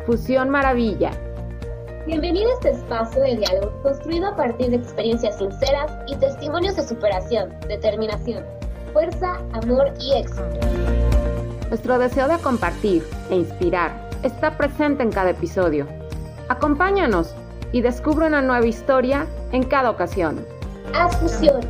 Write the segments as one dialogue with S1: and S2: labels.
S1: Fusión Maravilla.
S2: Bienvenido a este espacio de diálogo construido a partir de experiencias sinceras y testimonios de superación, determinación, fuerza, amor y éxito.
S1: Nuestro deseo de compartir e inspirar está presente en cada episodio. Acompáñanos y descubre una nueva historia en cada ocasión.
S2: Haz fusión.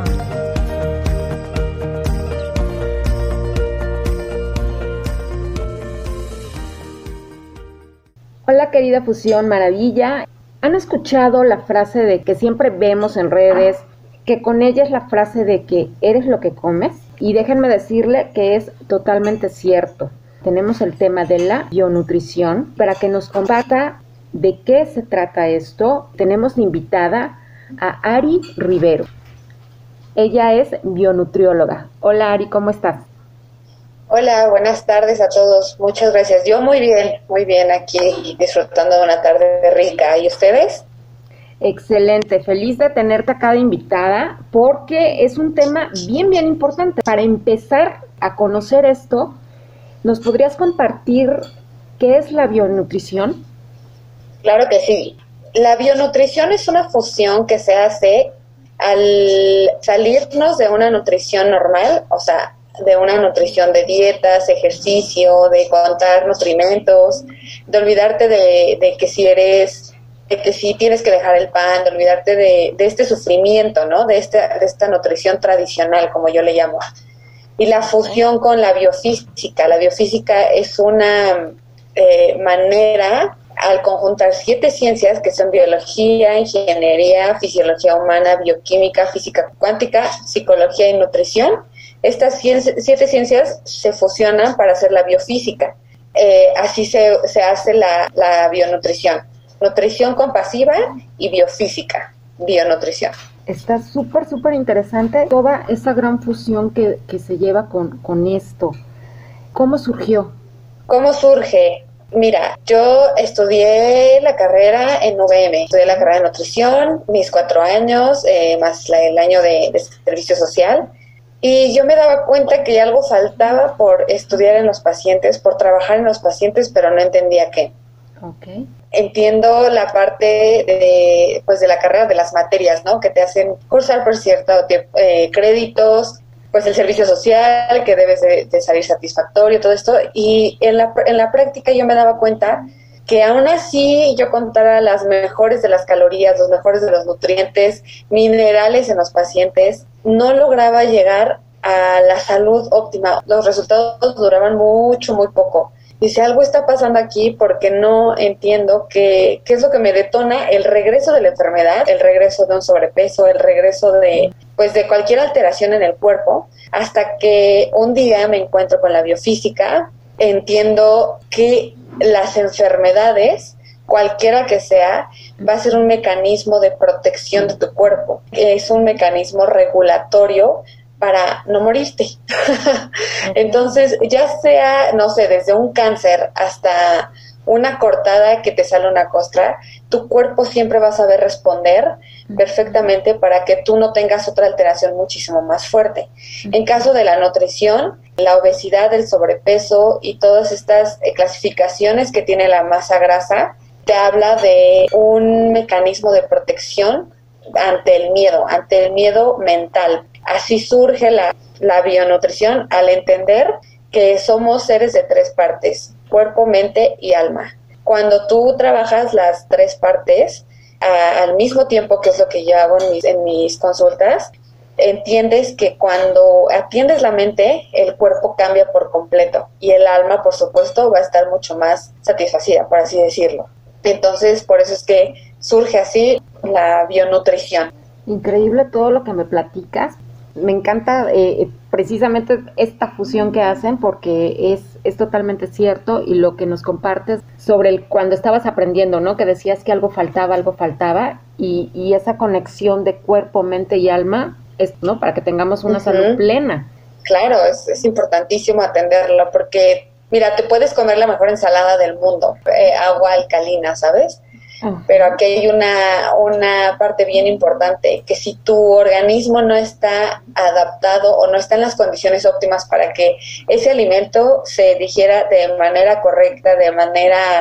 S1: Hola querida Fusión Maravilla. ¿Han escuchado la frase de que siempre vemos en redes, que con ella es la frase de que eres lo que comes? Y déjenme decirle que es totalmente cierto. Tenemos el tema de la bionutrición. Para que nos comparta de qué se trata esto, tenemos de invitada a Ari Rivero. Ella es bionutrióloga. Hola Ari, ¿cómo estás?
S3: Hola, buenas tardes a todos. Muchas gracias. Yo muy bien aquí disfrutando de una tarde rica. ¿Y ustedes?
S1: Excelente, feliz de tenerte acá de invitada porque es un tema bien importante. Para empezar a conocer esto, ¿nos podrías compartir qué es la bionutrición?
S3: Claro que sí. La bionutrición es una fusión que se hace al salirnos de una nutrición normal, o sea, de una nutrición de dietas, ejercicio, de contar nutrimentos, de olvidarte de que si tienes que dejar el pan, de olvidarte de este sufrimiento, ¿no? De esta nutrición tradicional, como yo le llamo. Y la fusión con la biofísica. La biofísica es una manera al conjuntar 7 ciencias que son biología, ingeniería, fisiología humana, bioquímica, física cuántica, psicología y nutrición. Estas 7 ciencias se fusionan para hacer la biofísica. Así se hace la bionutrición. Nutrición compasiva y biofísica, bionutrición.
S1: Está súper interesante toda esa gran fusión que se lleva con esto. ¿Cómo surgió?
S3: ¿Cómo surge? Mira, yo estudié la carrera en UVM, estudié la carrera de nutrición, mis 4 años, más el año de servicio social. Y yo me daba cuenta que algo faltaba por estudiar en los pacientes, por trabajar en los pacientes, pero no entendía qué.
S1: Okay.
S3: Entiendo la parte de la carrera de las materias, ¿no? Que te hacen cursar por cierto créditos, pues el servicio social, que debes de salir satisfactorio, todo esto. Y en la práctica yo me daba cuenta que aún así yo contara las mejores de las calorías, los mejores de los nutrientes, minerales en los pacientes, no lograba llegar a la salud óptima. Los resultados duraban muy poco. Y si algo está pasando aquí, porque no entiendo qué es lo que me detona el regreso de la enfermedad, el regreso de un sobrepeso, el regreso de cualquier alteración en el cuerpo, hasta que un día me encuentro con la biofísica, entiendo que las enfermedades, cualquiera que sea, va a ser un mecanismo de protección de tu cuerpo, que es un mecanismo regulatorio para no morirte. Entonces, ya sea, no sé, desde un cáncer hasta una cortada que te sale una costra, tu cuerpo siempre va a saber responder perfectamente para que tú no tengas otra alteración muchísimo más fuerte. En caso de la nutrición, la obesidad, el sobrepeso y todas estas clasificaciones que tiene la masa grasa, te habla de un mecanismo de protección ante el miedo mental. Así surge la bionutrición al entender que somos seres de 3 partes, cuerpo, mente y alma. Cuando tú trabajas las 3 partes al mismo tiempo, que es lo que yo hago en mis consultas, entiendes que cuando atiendes la mente, el cuerpo cambia por completo y el alma, por supuesto, va a estar mucho más satisfacida, por así decirlo. Entonces, por eso es que surge así la bionutrición.
S1: Increíble todo lo que me platicas. Me encanta precisamente esta fusión que hacen porque es totalmente cierto, y lo que nos compartes sobre cuando estabas aprendiendo, ¿no? Que decías que algo faltaba y esa conexión de cuerpo, mente y alma, ¿no? Para que tengamos una salud plena.
S3: Claro, es importantísimo atenderlo porque, mira, te puedes comer la mejor ensalada del mundo, agua alcalina, ¿sabes? Pero aquí hay una parte bien importante, que si tu organismo no está adaptado o no está en las condiciones óptimas para que ese alimento se digiera de manera correcta, de manera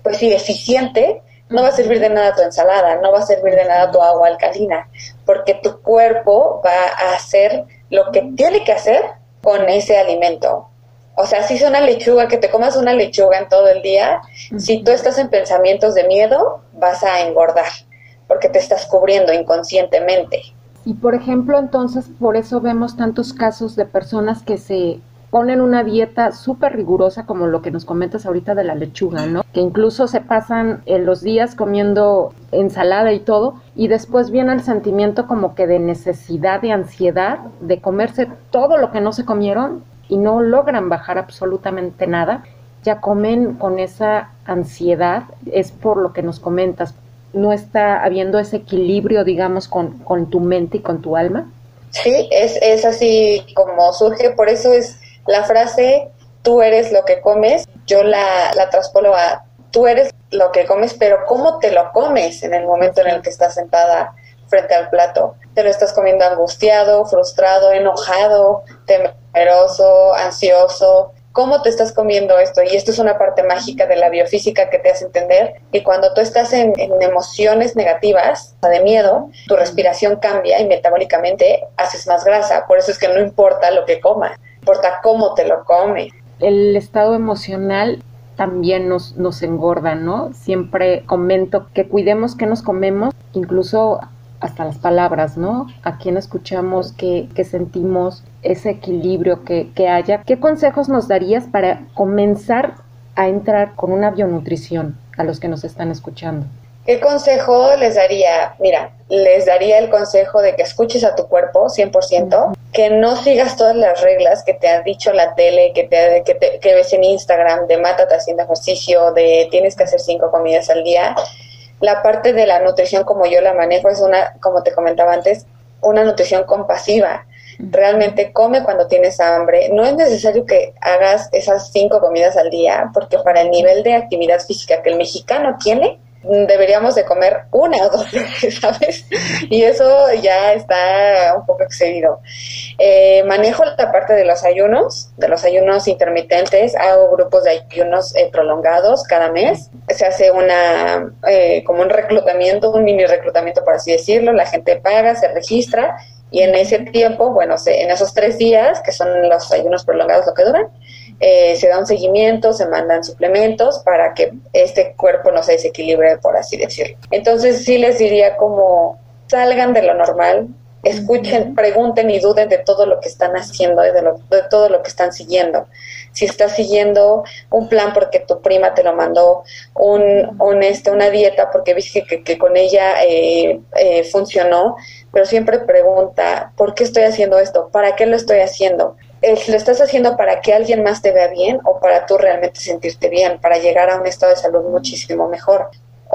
S3: pues sí, eficiente, no va a servir de nada tu ensalada, no va a servir de nada tu agua alcalina, porque tu cuerpo va a hacer lo que tiene que hacer con ese alimento. O sea, si es una lechuga, que te comas una lechuga en todo el día, si tú estás en pensamientos de miedo, vas a engordar, porque te estás cubriendo inconscientemente.
S1: Y por ejemplo, entonces, por eso vemos tantos casos de personas que se ponen una dieta súper rigurosa, como lo que nos comentas ahorita de la lechuga, ¿no? Que incluso se pasan los días comiendo ensalada y todo, y después viene el sentimiento como que de necesidad, de ansiedad, de comerse todo lo que no se comieron y no logran bajar absolutamente nada. Ya comen con esa ansiedad, es por lo que nos comentas. ¿No está habiendo ese equilibrio, digamos, con tu mente y con tu alma?
S3: Sí, es así como surge, por eso es la frase, tú eres lo que comes, yo la traspolo a, tú eres lo que comes, pero ¿cómo te lo comes en el momento en el que estás sentada frente al plato? Te lo estás comiendo angustiado, frustrado, enojado, temeroso, ansioso. ¿Cómo te estás comiendo esto? Y esto es una parte mágica de la biofísica que te hace entender que cuando tú estás en emociones negativas, de miedo, tu respiración cambia y metabólicamente haces más grasa. Por eso es que no importa lo que comas, importa cómo te lo comes.
S1: El estado emocional también nos engorda, ¿no? Siempre comento que cuidemos qué nos comemos, incluso hasta las palabras, ¿no? A quién escuchamos, qué sentimos, ese equilibrio que haya. ¿Qué consejos nos darías para comenzar a entrar con una bionutrición a los que nos están escuchando?
S3: ¿Qué consejo les daría? Mira, les daría el consejo de que escuches a tu cuerpo 100%, que no sigas todas las reglas que te ha dicho la tele, que ves en Instagram, de mátate haciendo ejercicio, de tienes que hacer 5 comidas al día. La parte de la nutrición, como yo la manejo, es una, como te comentaba antes, una nutrición compasiva. Realmente come cuando tienes hambre. No es necesario que hagas esas 5 comidas al día, porque para el nivel de actividad física que el mexicano tiene, deberíamos de comer 1 o 2 veces, ¿sabes? Y eso ya está un poco excedido. Manejo la parte de los ayunos intermitentes, hago grupos de ayunos prolongados cada mes. Se hace como un reclutamiento, un mini reclutamiento, por así decirlo. La gente paga, se registra, y en ese tiempo, bueno, en esos 3 días, que son los ayunos prolongados lo que duran, se da un seguimiento, se mandan suplementos para que este cuerpo no se desequilibre, por así decirlo. Entonces sí les diría como salgan de lo normal, escuchen, pregunten y duden de todo lo que están haciendo, de todo lo que están siguiendo. Si estás siguiendo un plan porque tu prima te lo mandó, una dieta porque viste que con ella funcionó, pero siempre pregunta, ¿por qué estoy haciendo esto? ¿Para qué lo estoy haciendo? ¿Lo estás haciendo para que alguien más te vea bien o para tú realmente sentirte bien, para llegar a un estado de salud muchísimo mejor?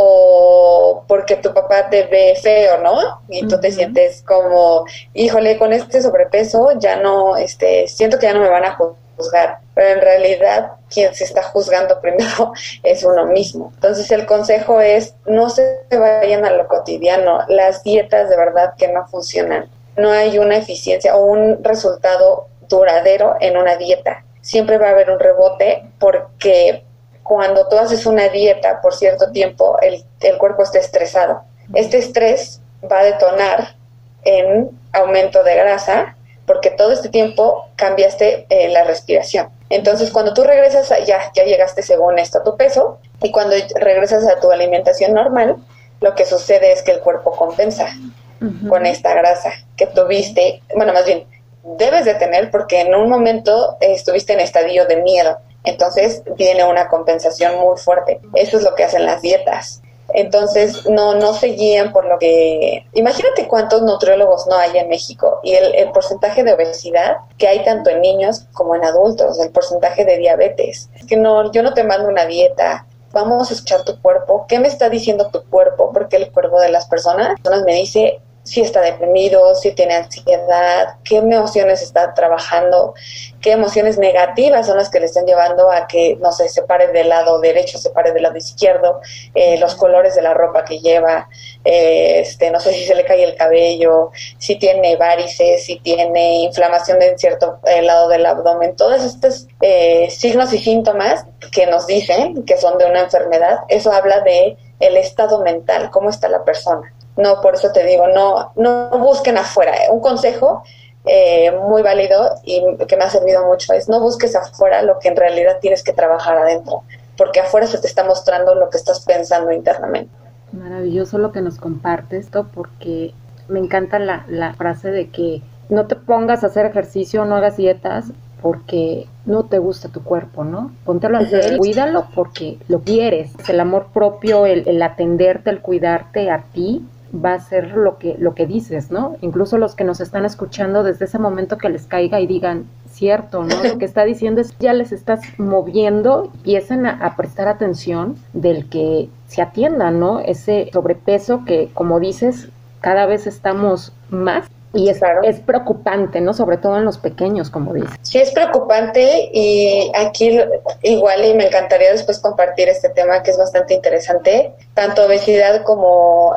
S3: O porque tu papá te ve feo, ¿no? Y tú te sientes como, híjole, con este sobrepeso ya no, siento que ya no me van a juzgar. Pero en realidad quien se está juzgando primero es uno mismo. Entonces el consejo es, no se vayan a lo cotidiano. Las dietas de verdad que no funcionan. No hay una eficiencia o un resultado duradero en una dieta. Siempre va a haber un rebote porque cuando tú haces una dieta por cierto tiempo, el cuerpo está estresado. Este estrés va a detonar en aumento de grasa porque todo este tiempo cambiaste la respiración. Entonces, cuando tú regresas, ya llegaste según esto a tu peso, y cuando regresas a tu alimentación normal, lo que sucede es que el cuerpo compensa con esta grasa que tuviste, bueno, más bien, debes de tener porque en un momento estuviste en estadio de miedo. Entonces viene una compensación muy fuerte. Eso es lo que hacen las dietas. Entonces no se guíen por lo que... Imagínate cuántos nutriólogos no hay en México y el porcentaje de obesidad que hay tanto en niños como en adultos, el porcentaje de diabetes. Es que no, yo no te mando una dieta. Vamos a escuchar tu cuerpo. ¿Qué me está diciendo tu cuerpo? Porque el cuerpo de las personas me dice si está deprimido, si tiene ansiedad, qué emociones está trabajando, qué emociones negativas son las que le están llevando a que, no sé, se pare del lado derecho, se pare del lado izquierdo, los colores de la ropa que lleva, no sé si se le cae el cabello, si tiene varices, si tiene inflamación en cierto lado del abdomen, todos estos signos y síntomas que nos dicen que son de una enfermedad, eso habla de el estado mental, cómo está la persona. No, por eso te digo, no busquen afuera. Un consejo muy válido y que me ha servido mucho es no busques afuera lo que en realidad tienes que trabajar adentro, porque afuera se te está mostrando lo que estás pensando internamente.
S1: Maravilloso lo que nos compartes, esto, porque me encanta la frase de que no te pongas a hacer ejercicio, no hagas dietas porque no te gusta tu cuerpo, ¿no? Póntelo a hacer y cuídalo porque lo quieres. El amor propio, el atenderte, el cuidarte a ti, va a ser lo que dices, ¿no? Incluso los que nos están escuchando desde ese momento que les caiga y digan, cierto, ¿no? Lo que está diciendo es, ya les estás moviendo, empiecen a prestar atención del que se atiendan, ¿no? Ese sobrepeso que, como dices, cada vez estamos más. Y es preocupante, ¿no? Sobre todo en los pequeños, como dices.
S3: Sí, es preocupante y aquí igual y me encantaría después compartir este tema que es bastante interesante, tanto obesidad como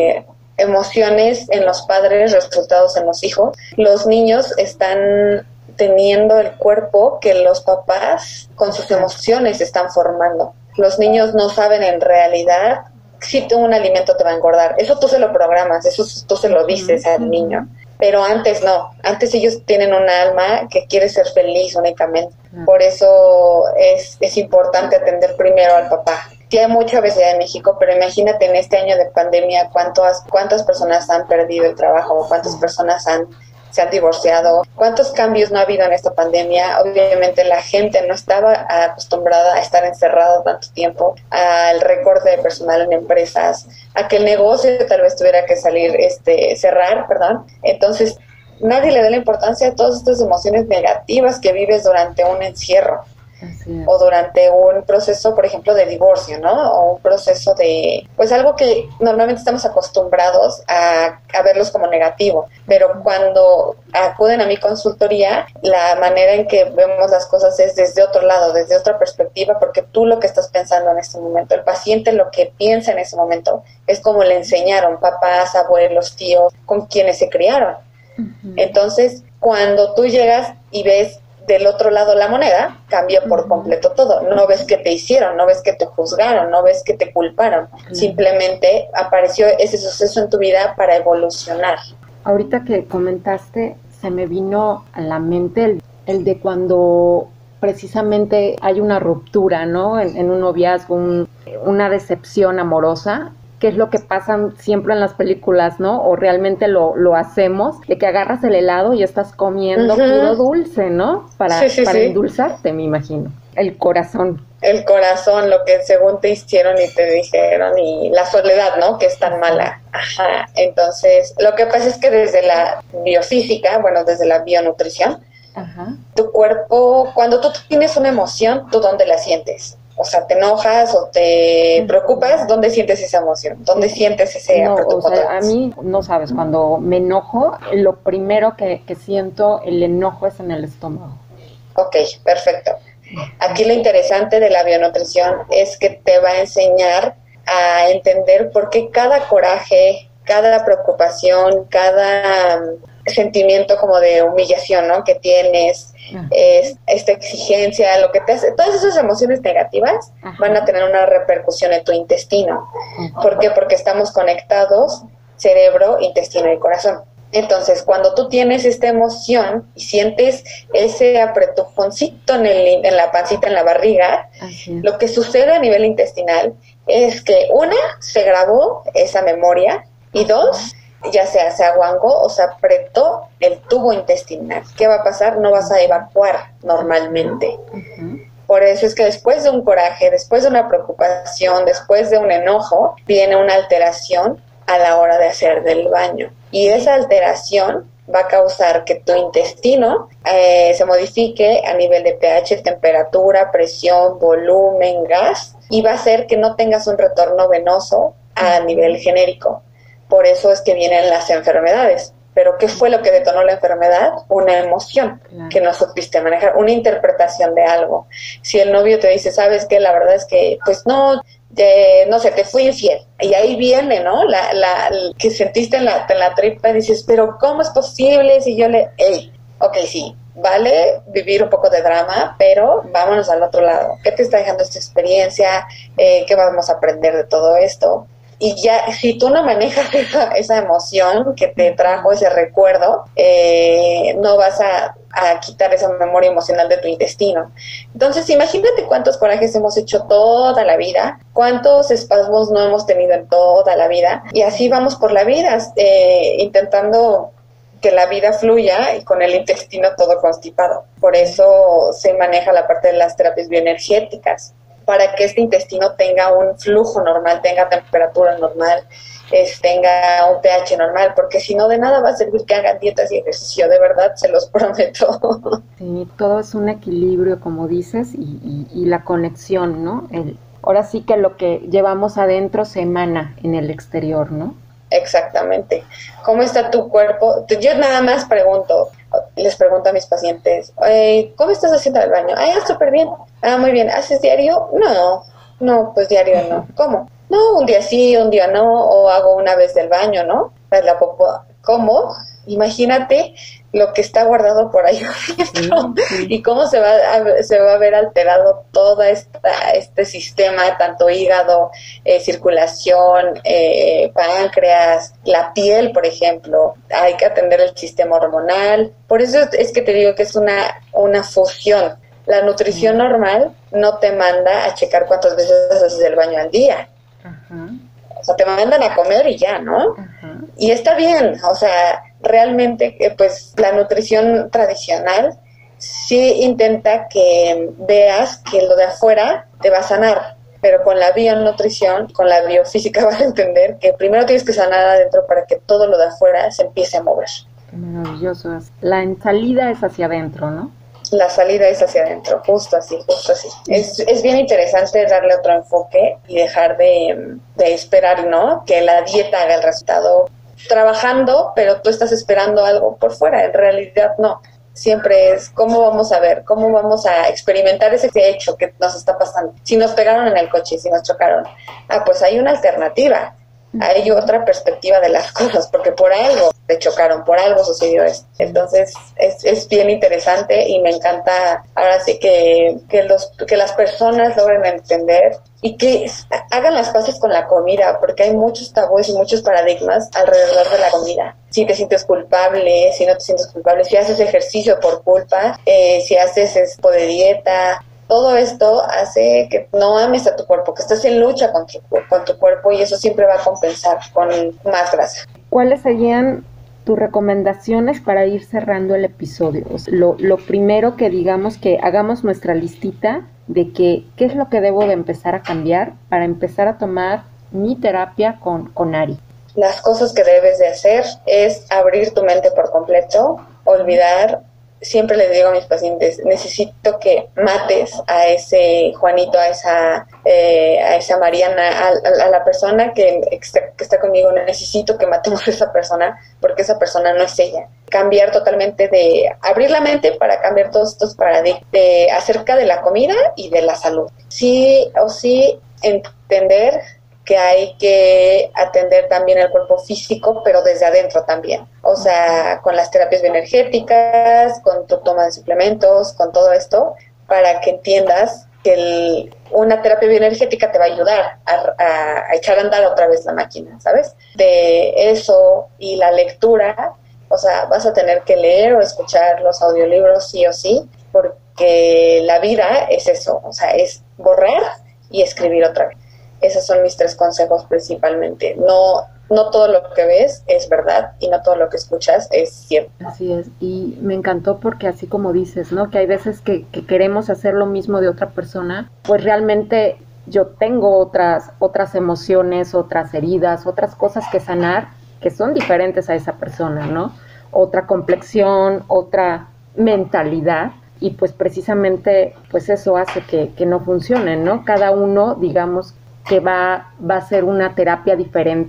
S3: emociones en los padres, resultados en los hijos. Los niños están teniendo el cuerpo que los papás con sus emociones están formando. Los niños no saben en realidad si un alimento te va a engordar. Eso tú se lo programas, eso tú se lo dices al niño. Pero antes no, antes ellos tienen un alma que quiere ser feliz únicamente. Por eso es importante atender primero al papá. Sí hay mucha obesidad en México, pero imagínate en este año de pandemia cuántas personas han perdido el trabajo, cuántas personas se han divorciado, cuántos cambios no ha habido en esta pandemia. Obviamente la gente no estaba acostumbrada a estar encerrada tanto tiempo, al recorte de personal en empresas, a que el negocio tal vez tuviera que cerrar. Entonces nadie le da la importancia a todas estas emociones negativas que vives durante un encierro. O durante un proceso, por ejemplo, de divorcio, ¿no? O un proceso de, pues algo que normalmente estamos acostumbrados a verlos como negativo, pero cuando acuden a mi consultoría, la manera en que vemos las cosas es desde otro lado, desde otra perspectiva, porque tú lo que estás pensando en este momento, el paciente lo que piensa en ese momento es como le enseñaron papás, abuelos, tíos, con quienes se criaron. Entonces, cuando tú llegas y ves del otro lado la moneda, cambia por completo todo. No ves que te hicieron, no ves que te juzgaron, no ves que te culparon. Simplemente apareció ese suceso en tu vida para evolucionar.
S1: Ahorita que comentaste, se me vino a la mente el de cuando precisamente hay una ruptura, ¿no? En un noviazgo, una decepción amorosa. ¿Qué es lo que pasa siempre en las películas, no? O realmente lo hacemos, de que agarras el helado y estás comiendo puro dulce, ¿no? Para endulzarte, me imagino. El corazón.
S3: El corazón, lo que según te hicieron y te dijeron, y la soledad, ¿no? Que es tan mala. Ajá. Entonces, lo que pasa es que desde la biofísica, desde la bionutrición, tu cuerpo, cuando tú tienes una emoción, ¿tú dónde la sientes? O sea, te enojas o te preocupas, ¿dónde sientes esa emoción? ¿Dónde sientes ese
S1: apretón? O sea, a mí, no sabes, cuando me enojo, lo primero que siento el enojo es en el estómago.
S3: Ok, perfecto. Aquí lo interesante de la bionutrición es que te va a enseñar a entender por qué cada coraje, cada preocupación, cada sentimiento como de humillación, ¿no? Que tienes, esta exigencia, lo que te hace, todas esas emociones negativas van a tener una repercusión en tu intestino. ¿Por qué? Porque estamos conectados, cerebro, intestino y corazón. Entonces, cuando tú tienes esta emoción y sientes ese apretujoncito en la pancita, en la barriga, lo que sucede a nivel intestinal es que, una, se grabó esa memoria, y dos, ya sea se aguangó o se apretó el tubo intestinal. ¿Qué va a pasar? No vas a evacuar normalmente. Por eso es que después de un coraje, después de una preocupación, después de un enojo, viene una alteración a la hora de hacer del baño. Y esa alteración va a causar que tu intestino se modifique a nivel de pH, temperatura, presión, volumen, gas, y va a hacer que no tengas un retorno venoso a nivel genérico. Por eso es que vienen las enfermedades. Pero ¿qué fue lo que detonó la enfermedad? Una emoción que no supiste manejar, una interpretación de algo. Si el novio te dice, ¿sabes qué? La verdad es que, pues no sé, te fui infiel. Y ahí viene, ¿no? Que sentiste en la tripa y dices, pero ¿cómo es posible si yo ok, sí, vale vivir un poco de drama, pero vámonos al otro lado. ¿Qué te está dejando esta experiencia? ¿Qué vamos a aprender de todo esto? Y ya, si tú no manejas esa emoción que te trajo ese recuerdo, no vas a quitar esa memoria emocional de tu intestino. Entonces, imagínate cuántos corajes hemos hecho toda la vida, cuántos espasmos no hemos tenido en toda la vida, y así vamos por la vida, intentando que la vida fluya y con el intestino todo constipado. Por eso se maneja la parte de las terapias bioenergéticas, para que este intestino tenga un flujo normal, tenga temperatura normal, tenga un pH normal, porque si no, de nada va a servir que hagan dietas y ejercicio, de verdad, se los prometo.
S1: Sí, todo es un equilibrio, como dices, y la conexión, ¿no? Ahora sí que lo que llevamos adentro se emana en el exterior, ¿no?
S3: Exactamente. ¿Cómo está tu cuerpo? Yo nada más les pregunto a mis pacientes, ¿cómo estás haciendo el baño? Súper bien. Muy bien. ¿Haces diario? No, pues diario no. ¿Cómo? No, un día sí, un día no, o hago una vez del baño, ¿no? La popó. ¿Cómo? Imagínate lo que está guardado por ahí adentro y cómo se va a ver alterado todo este sistema, tanto hígado, circulación, páncreas, la piel, por ejemplo. Hay que atender el sistema hormonal. Por eso es que te digo que es una fusión. La nutrición normal no te manda a checar cuántas veces haces el baño al día. Ajá. O sea, te mandan a comer y ya, ¿no? Ajá. Y está bien, o sea, realmente, pues, la nutrición tradicional sí intenta que veas que lo de afuera te va a sanar, pero con la bionutrición, con la biofísica vas a entender que primero tienes que sanar adentro para que todo lo de afuera se empiece a mover.
S1: Maravilloso. La salida es hacia adentro, ¿no?
S3: La salida es hacia adentro, justo así. Es bien interesante darle otro enfoque y dejar de esperar, ¿no? Que la dieta haga el resultado trabajando, pero tú estás esperando algo por fuera. En realidad no. Siempre es cómo vamos a ver, cómo vamos a experimentar ese hecho que nos está pasando. Si nos pegaron en el coche, si nos chocaron, pues hay una alternativa. Hay otra perspectiva de las cosas, porque por algo te chocaron, por algo sucedió esto. Entonces es bien interesante y me encanta ahora sí que las personas logren entender y que hagan las paces con la comida, porque hay muchos tabúes y muchos paradigmas alrededor de la comida. Si te sientes culpable, si no te sientes culpable, si haces ejercicio por culpa, si haces tipo de dieta. Todo esto hace que no ames a tu cuerpo, que estés en lucha con tu cuerpo, y eso siempre va a compensar con más grasa.
S1: ¿Cuáles serían tus recomendaciones para ir cerrando el episodio? Lo primero que digamos que hagamos nuestra listita de qué es lo que debo de empezar a cambiar para empezar a tomar mi terapia con Ari.
S3: Las cosas que debes de hacer es abrir tu mente por completo, olvidar. Siempre les digo a mis pacientes, necesito que mates a ese Juanito, a esa Mariana, a la persona que está conmigo. Necesito que matemos a esa persona, porque esa persona no es ella. Cambiar totalmente abrir la mente para cambiar todos estos paradigmas acerca de la comida y de la salud. Sí o sí entender que hay que atender también el cuerpo físico, pero desde adentro también. O sea, con las terapias bioenergéticas, con tu toma de suplementos, con todo esto, para que entiendas que una terapia bioenergética te va a ayudar a echar a andar otra vez la máquina, ¿sabes? De eso y la lectura, o sea, vas a tener que leer o escuchar los audiolibros sí o sí, porque la vida es eso, o sea, es borrar y escribir otra vez. Esos son mis 3 consejos principalmente. No todo lo que ves es verdad y no todo lo que escuchas es cierto.
S1: Así es, y me encantó porque así como dices, ¿no? Que hay veces que queremos hacer lo mismo de otra persona, pues realmente yo tengo otras emociones, otras heridas, otras cosas que sanar que son diferentes a esa persona, ¿no? Otra complexión, otra mentalidad. Y pues precisamente pues eso hace que no funcionen, ¿no? Cada uno, digamos, que va a ser una terapia diferente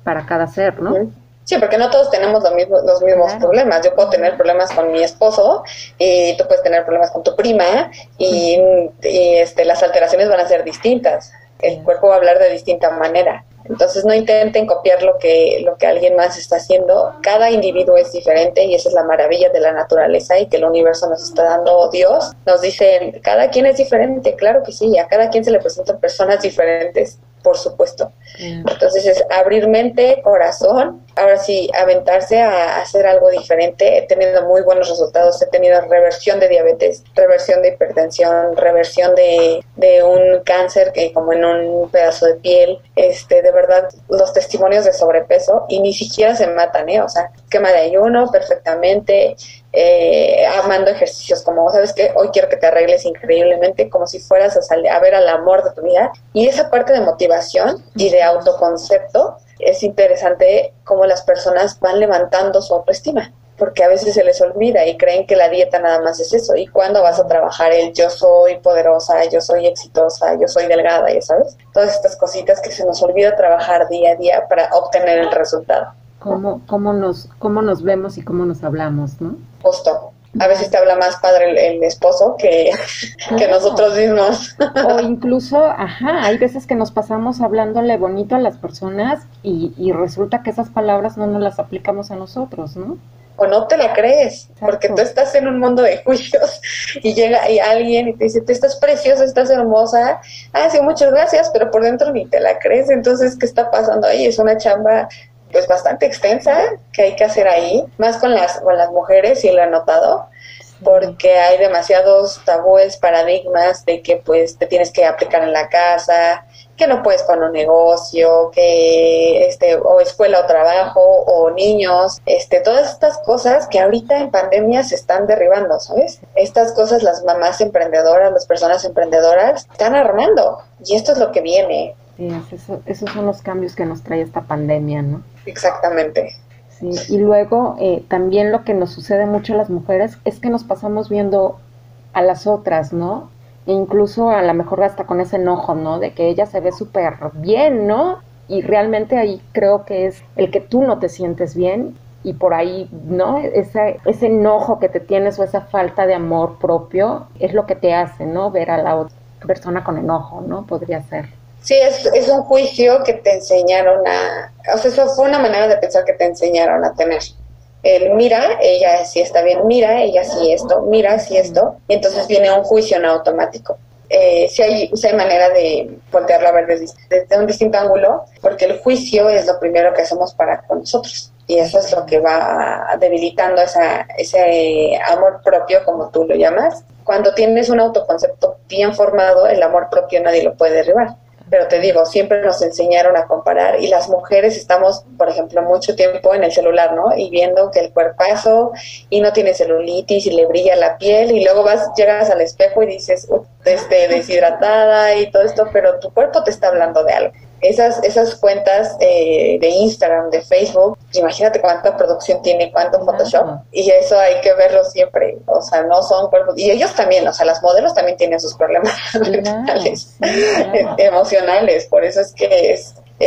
S1: para cada ser, ¿no?
S3: Sí, porque no todos tenemos los mismos problemas. Yo puedo tener problemas con mi esposo y tú puedes tener problemas con tu prima y las alteraciones van a ser distintas. El cuerpo va a hablar de distinta manera. Entonces no intenten copiar lo que alguien más está haciendo. Cada individuo es diferente y esa es la maravilla de la naturaleza y que el universo nos está dando. Dios nos dice, cada quien es diferente, claro que sí, a cada quien se le presentan personas diferentes, por supuesto. Entonces es abrir mente, corazón, ahora sí, aventarse a hacer algo diferente. He tenido muy buenos resultados, he tenido reversión de diabetes, reversión de hipertensión, reversión de un cáncer que como en un pedazo de piel, de verdad, los testimonios de sobrepeso y ni siquiera se matan, o sea, esquema de ayuno perfectamente, amando ejercicios como, ¿sabes qué? Hoy quiero que te arregles increíblemente, como si fueras a ver al amor de tu vida. Y esa parte de motivación y de autoconcepto es interesante cómo las personas van levantando su autoestima, porque a veces se les olvida y creen que la dieta nada más es eso. ¿Y cuándo vas a trabajar el yo soy poderosa, yo soy exitosa, yo soy delgada, ya sabes? Todas estas cositas que se nos olvida trabajar día a día para obtener el resultado.
S1: Cómo nos vemos y cómo nos hablamos, ¿no?
S3: Justo. A veces te habla más padre el esposo que nosotros mismos.
S1: O incluso, hay veces que nos pasamos hablándole bonito a las personas y resulta que esas palabras no nos las aplicamos a nosotros, ¿no?
S3: O no te la crees,
S1: Exacto.
S3: Porque tú estás en un mundo de juicios y llega alguien y te dice, tú estás preciosa, estás hermosa, sí, muchas gracias, pero por dentro ni te la crees. Entonces, ¿qué está pasando ahí? Es una chamba pues bastante extensa que hay que hacer ahí, más con las mujeres, sí lo he notado, porque hay demasiados tabúes, paradigmas de que pues te tienes que aplicar en la casa, que no puedes con un negocio, que o escuela o trabajo o niños, todas estas cosas que ahorita en pandemia se están derribando, ¿sabes? Estas cosas las mamás emprendedoras, las personas emprendedoras están armando y esto es lo que viene.
S1: Sí, esos son los cambios que nos trae esta pandemia, ¿no?
S3: Exactamente.
S1: Sí, y luego también lo que nos sucede mucho a las mujeres es que nos pasamos viendo a las otras, ¿no? E incluso a lo mejor hasta con ese enojo, ¿no? De que ella se ve súper bien, ¿no? Y realmente ahí creo que es el que tú no te sientes bien y por ahí, ¿no? Ese enojo que te tienes o esa falta de amor propio es lo que te hace, ¿no? Ver a la otra persona con enojo, ¿no? Podría ser.
S3: Sí, es un juicio que te enseñaron o sea, eso fue una manera de pensar que te enseñaron a tener. Mira, ella sí está bien, mira, ella sí esto, mira, sí esto, y entonces viene un juicio en automático. Sí hay manera de voltearlo a ver desde un distinto ángulo, porque el juicio es lo primero que hacemos para con nosotros, y eso es lo que va debilitando ese amor propio, como tú lo llamas. Cuando tienes un autoconcepto bien formado, el amor propio nadie lo puede derribar. Pero te digo, siempre nos enseñaron a comparar y las mujeres estamos, por ejemplo, mucho tiempo en el celular, ¿no? Y viendo que el cuerpazo y no tiene celulitis y le brilla la piel y luego llegas al espejo y dices, deshidratada y todo esto, pero tu cuerpo te está hablando de algo. Esas cuentas de Instagram, de Facebook, imagínate cuánta producción tiene, cuánto Photoshop, y eso hay que verlo siempre, o sea, no son cuerpos, y ellos también, o sea, las modelos también tienen sus problemas mentales, emocionales, por eso es que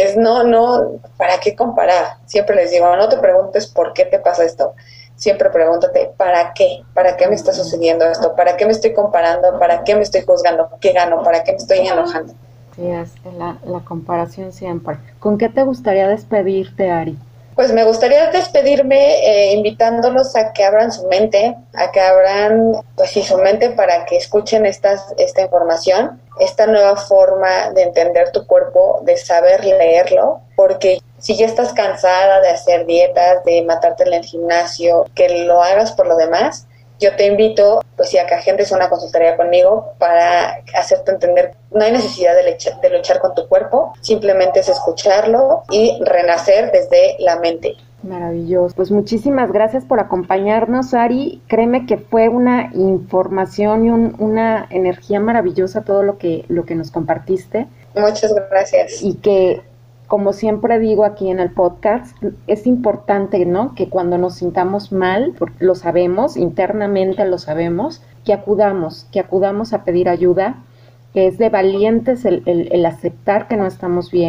S3: no, ¿para qué comparar? Siempre les digo, no te preguntes por qué te pasa esto, siempre pregúntate, ¿para qué? ¿Para qué me está sucediendo esto? ¿Para qué me estoy comparando? ¿Para qué me estoy juzgando? ¿Qué gano? ¿Para qué me estoy enojando?
S1: Sí, es la comparación siempre. ¿Con qué te gustaría despedirte, Ari?
S3: Pues me gustaría despedirme invitándolos a que abran su mente, a que abran su mente para que escuchen esta información, esta nueva forma de entender tu cuerpo, de saber leerlo, porque si ya estás cansada de hacer dietas, de matarte en el gimnasio, que lo hagas por lo demás, yo te invito a que agendes una consultoría conmigo para hacerte entender. No hay necesidad de luchar con tu cuerpo, simplemente es escucharlo y renacer desde la mente.
S1: Maravilloso. Pues muchísimas gracias por acompañarnos, Ari. Créeme que fue una información y una energía maravillosa todo lo que nos compartiste.
S3: Muchas gracias.
S1: Y que, como siempre digo aquí en el podcast, es importante, ¿no?, que cuando nos sintamos mal, porque lo sabemos, internamente lo sabemos, que acudamos a pedir ayuda, que es de valientes el aceptar que no estamos bien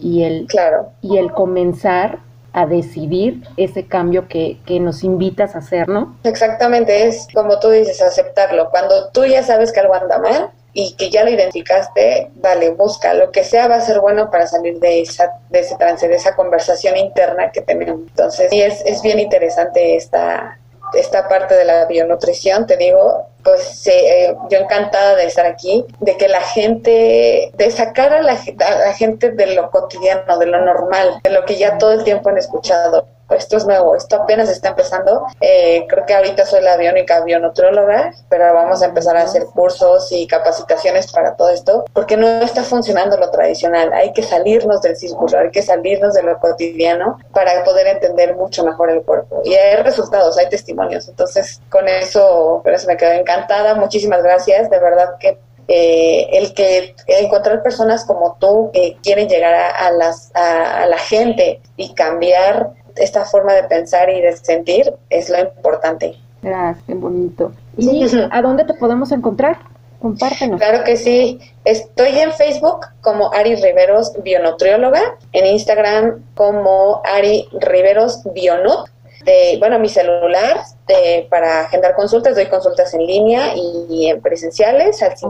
S3: Claro.
S1: y el comenzar a decidir ese cambio que nos invitas a hacer, ¿no?
S3: Exactamente, es como tú dices, aceptarlo. Cuando tú ya sabes que algo anda mal y que ya lo identificaste, vale, busca. Lo que sea va a ser bueno para salir de ese trance, de esa conversación interna que tenemos. Entonces, sí, es bien interesante esta parte de la bionutrición, te digo, pues yo encantada de estar aquí, de que la gente, de sacar a la gente de lo cotidiano, de lo normal, de lo que ya todo el tiempo han escuchado. Esto es nuevo, esto apenas está empezando. Creo que ahorita soy la única bionutrióloga, pero vamos a empezar a hacer cursos y capacitaciones para todo esto, porque no está funcionando lo tradicional. Hay que salirnos del círculo, hay que salirnos de lo cotidiano para poder entender mucho mejor el cuerpo. Y hay resultados, hay testimonios. Entonces, con eso me quedo encantada. Muchísimas gracias, de verdad que el que encontrar personas como tú que quieren llegar a la gente y cambiar esta forma de pensar y de sentir es lo importante.
S1: Gracias, qué bonito. ¿Y a dónde te podemos encontrar? Compártenos.
S3: Claro que sí. Estoy en Facebook como Ari Riveros Bionutrióloga, en Instagram como Ari Riveros Bionut. Mi celular para agendar consultas, doy consultas en línea y en presenciales al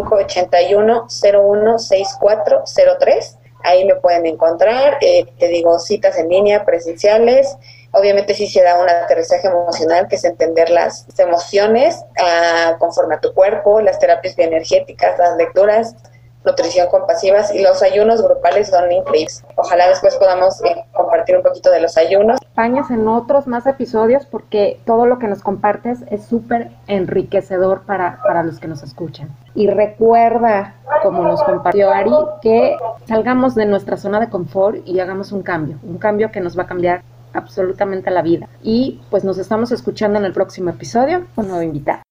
S3: 5581-016403. Ahí me pueden encontrar, te digo, citas en línea, presenciales. Obviamente sí se da un aterrizaje emocional, que es entender las emociones conforme a tu cuerpo, las terapias bioenergéticas, las lecturas, nutrición compasivas y los ayunos grupales son increíbles. Ojalá después podamos compartir un poquito de los ayunos.
S1: Acompañas en otros más episodios porque todo lo que nos compartes es súper enriquecedor para los que nos escuchan. Y recuerda, como nos compartió Ari, que salgamos de nuestra zona de confort y hagamos un cambio que nos va a cambiar absolutamente la vida. Y pues nos estamos escuchando en el próximo episodio con un nuevo invitado.